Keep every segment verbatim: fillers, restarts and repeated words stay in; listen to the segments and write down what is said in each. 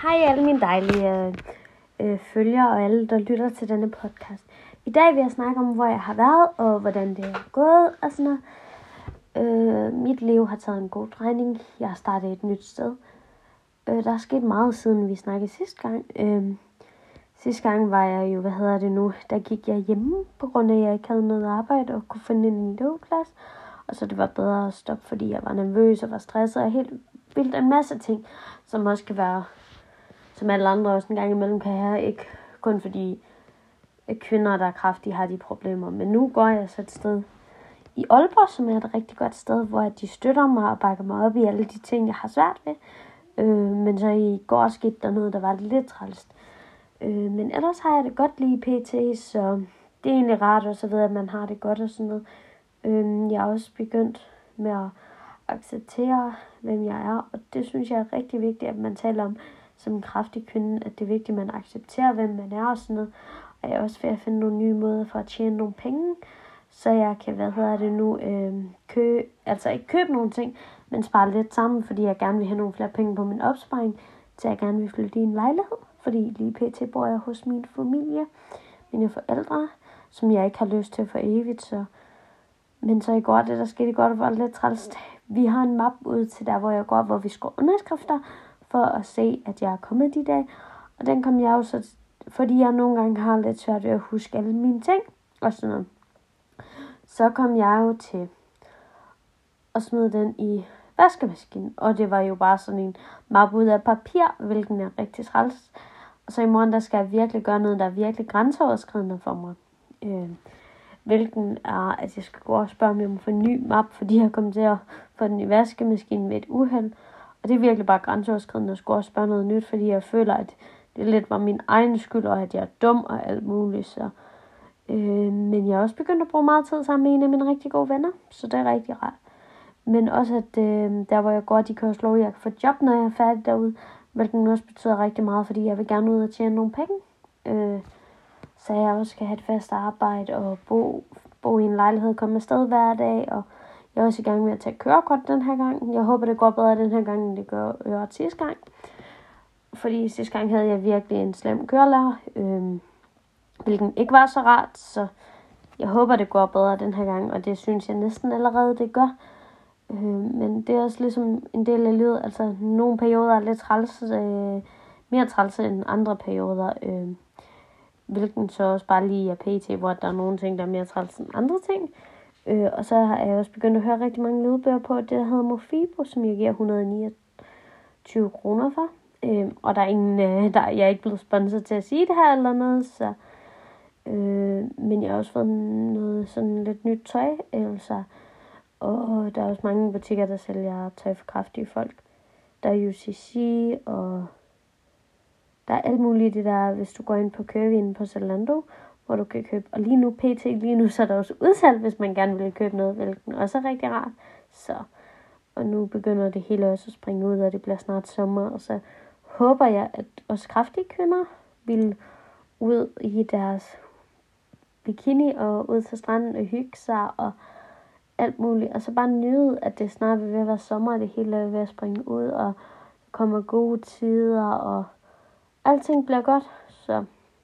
Hej alle mine dejlige øh, følgere og alle, der lytter til denne podcast. I dag vil jeg snakke om, hvor jeg har været og hvordan det er gået og sådan noget. Øh, mit liv har taget en god drejning. Jeg har startet et nyt sted. Øh, der er sket meget siden vi snakkede sidste gang. Øh, sidste gang var jeg jo, hvad hedder det nu, der gik jeg hjemme på grund af, at jeg ikke havde noget arbejde og kunne finde en elevplads. Og så det var bedre at stoppe, fordi jeg var nervøs og var stresset og helt vildt en masse ting, som også kan være, som alle andre også en gang imellem kan have, ikke kun fordi kvinder, der er kraftige, har de problemer. Men nu går jeg så et sted i Aalborg, som er et rigtig godt sted, hvor de støtter mig og bakker mig op i alle de ting, jeg har svært ved. Øh, men så i går skete der noget, der var lidt trælst. Øh, men ellers har jeg det godt lige pt, så det er egentlig rart også at vide, at man har det godt og sådan noget. Øh, jeg er også begyndt med at acceptere, hvem jeg er, og det synes jeg er rigtig vigtigt, at man taler om som en kraftig kvinde, at det er vigtigt, at man accepterer, hvem man er og sådan noget. Og jeg er også ved at finde nogle nye måder for at tjene nogle penge, så jeg kan, hvad hedder det nu, øh, købe, altså ikke købe nogle ting, men spare lidt sammen, fordi jeg gerne vil have nogle flere penge på min opsparing, til jeg gerne vil flytte i en lejlighed, fordi lige pt. Bor jeg hos min familie, mine forældre, som jeg ikke har lyst til for evigt, så. Men så i går, det der skete i går, det var lidt træls. Vi har en map ud til der, hvor jeg går, hvor vi skriver underskrifter, for at se, at jeg er kommet de dage. Og den kom jeg jo så, fordi jeg nogle gange har lidt svært ved at huske alle mine ting, og sådan noget. Så kom jeg jo til at smide den i vaskemaskinen, og det var jo bare sådan en map ud af papir, hvilken er rigtig træls. Og så i morgen, der skal jeg virkelig gøre noget, der er virkelig grænseoverskridende for mig. Øh, hvilken er, at jeg skal gå og spørge mig om at få en ny map, fordi jeg kom til at få den i vaskemaskinen med et uheld. Og det er virkelig bare grænseoverskridende at skulle også spørge noget nyt, fordi jeg føler, at det lidt var min egen skyld, og at jeg er dum og alt muligt. Så. Øh, men jeg er også begyndt at bruge meget tid sammen med en af mine rigtig gode venner, så det er rigtig rart. Men også, at øh, der hvor jeg går, de kan også love, at jeg kan få job, når jeg er færdig derude, hvilken også betyder rigtig meget, fordi jeg vil gerne ud og tjene nogle penge. Øh, så jeg også skal have et fast arbejde og bo, bo i en lejlighed, komme afsted hver dag, og jeg er også i gang med at tage kørekort den her gang. Jeg håber, det går bedre den her gang, end det gør sidste gang. Fordi sidste gang havde jeg virkelig en slem kørelærer, øh, hvilken ikke var så rart, så jeg håber, det går bedre den her gang, og det synes jeg næsten allerede, det gør. Øh, men det er også ligesom en del af livet, altså nogle perioder er lidt træls, øh, mere træls end andre perioder, øh, hvilken så også bare lige er pt, hvor der er nogle ting, der er mere træls end andre ting. Øh, og så har jeg også begyndt at høre rigtig mange lydbøger på det, der hedder Mofibo, som jeg giver et hundrede og niogtyve kroner for. Øh, og der er ingen, øh, der, jeg er ikke blevet sponsoret til at sige det her eller noget, så. Øh, men jeg har også fået noget sådan lidt nyt tøj, altså. Og der er også mange butikker, der sælger tøj for kraftige folk. Der er U C C, og der er alt muligt det der, hvis du går ind på Curvy på Zalando, hvor du kan købe. Og lige nu, pt. Lige nu, så er der også udsalg, hvis man gerne vil købe noget, hvilken også er rigtig rart. Så, og nu begynder det hele også at springe ud, og det bliver snart sommer. Og så håber jeg, at også kraftige kvinder vil ud i deres bikini og ud til stranden og hygge sig og alt muligt. Og så bare nyde, at det snart vil være sommer, og det hele er ved at springe ud, og der kommer gode tider, og alting bliver godt. Så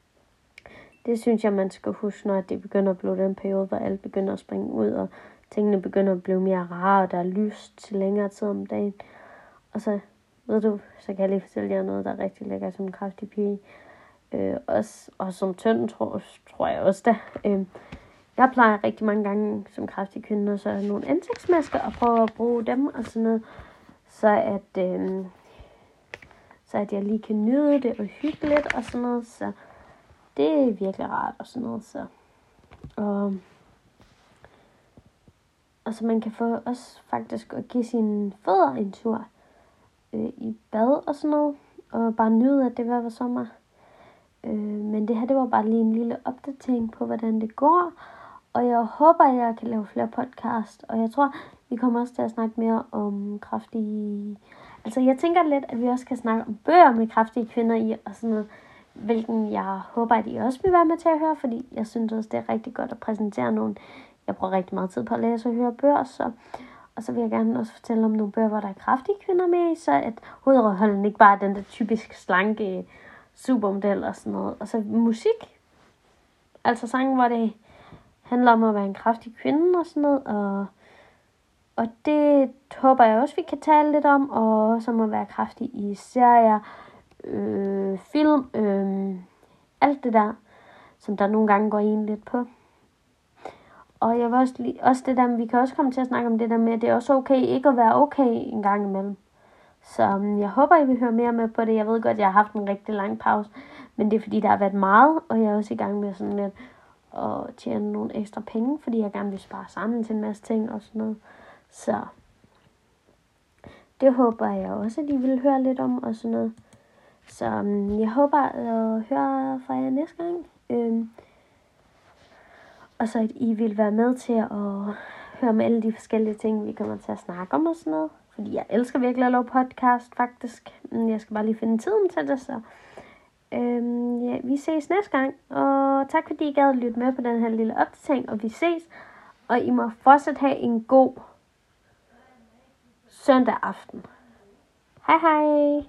det synes jeg, man skal huske, når det begynder at blive den periode, hvor alt begynder at springe ud, og tingene begynder at blive mere rare, og der er lyst til længere tid om dagen. Og så, ved du, så kan jeg lige fortælle jer noget, der er rigtig lækker som en kraftig pige. Øh, også, og som tynd, tror, tror jeg også da. Øh, jeg plejer rigtig mange gange som kraftig kvinde, og så er nogle ansigtsmasker, og prøve at bruge dem og sådan noget, så at, øh, så at jeg lige kan nyde det og hygge lidt og sådan noget, så det er virkelig rart og sådan noget, så. Og, og så man kan få også faktisk at give sine fødder en tur øh, i bad og sådan noget, og bare nyde, at det var sommer. Øh, men det her, det var bare lige en lille opdatering på, hvordan det går, og jeg håber, at jeg kan lave flere podcast, og jeg tror, vi kommer også til at snakke mere om kraftige. Altså, jeg tænker lidt, at vi også kan snakke om bøger med kraftige kvinder i, og sådan noget, hvilken jeg håber, at I også vil være med til at høre, fordi jeg synes også, det er rigtig godt at præsentere nogen. Jeg bruger rigtig meget tid på at læse og høre bøger, så. Og så vil jeg gerne også fortælle om nogle bøger, hvor der er kraftige kvinder med i, så at hovedrollen ikke bare er den der typisk slanke supermodel og sådan noget. Og så musik. Altså sange, hvor det handler om at være en kraftig kvinde og sådan noget. Og, og det håber jeg også, vi kan tale lidt om. Og også om at være kraftig i serier, øh, film, øh, alt det der, som der nogle gange går en lidt på. Og jeg vil også, lige, også det der, vi kan også komme til at snakke om det der med, at det er også okay ikke at være okay en gang imellem. Så um, jeg håber, I vil høre mere med på det. Jeg ved godt, jeg har haft en rigtig lang pause, men det er fordi, der har været meget, og jeg er også i gang med sådan lidt at tjene nogle ekstra penge, fordi jeg gerne vil spare sammen til en masse ting og sådan noget. Så det håber jeg også, at I vil høre lidt om og sådan noget. Så um, jeg håber at høre fra jer næste gang. Um, Og så at I vil være med til at høre om alle de forskellige ting, vi kommer til at snakke om og sådan noget. Fordi jeg elsker virkelig at lave podcast, faktisk. Jeg skal bare lige finde tiden til det, så øhm, ja, vi ses næste gang. Og tak fordi I gad at lytte med på den her lille opdatering, og vi ses. Og I må fortsat have en god søndag aften. Hej hej!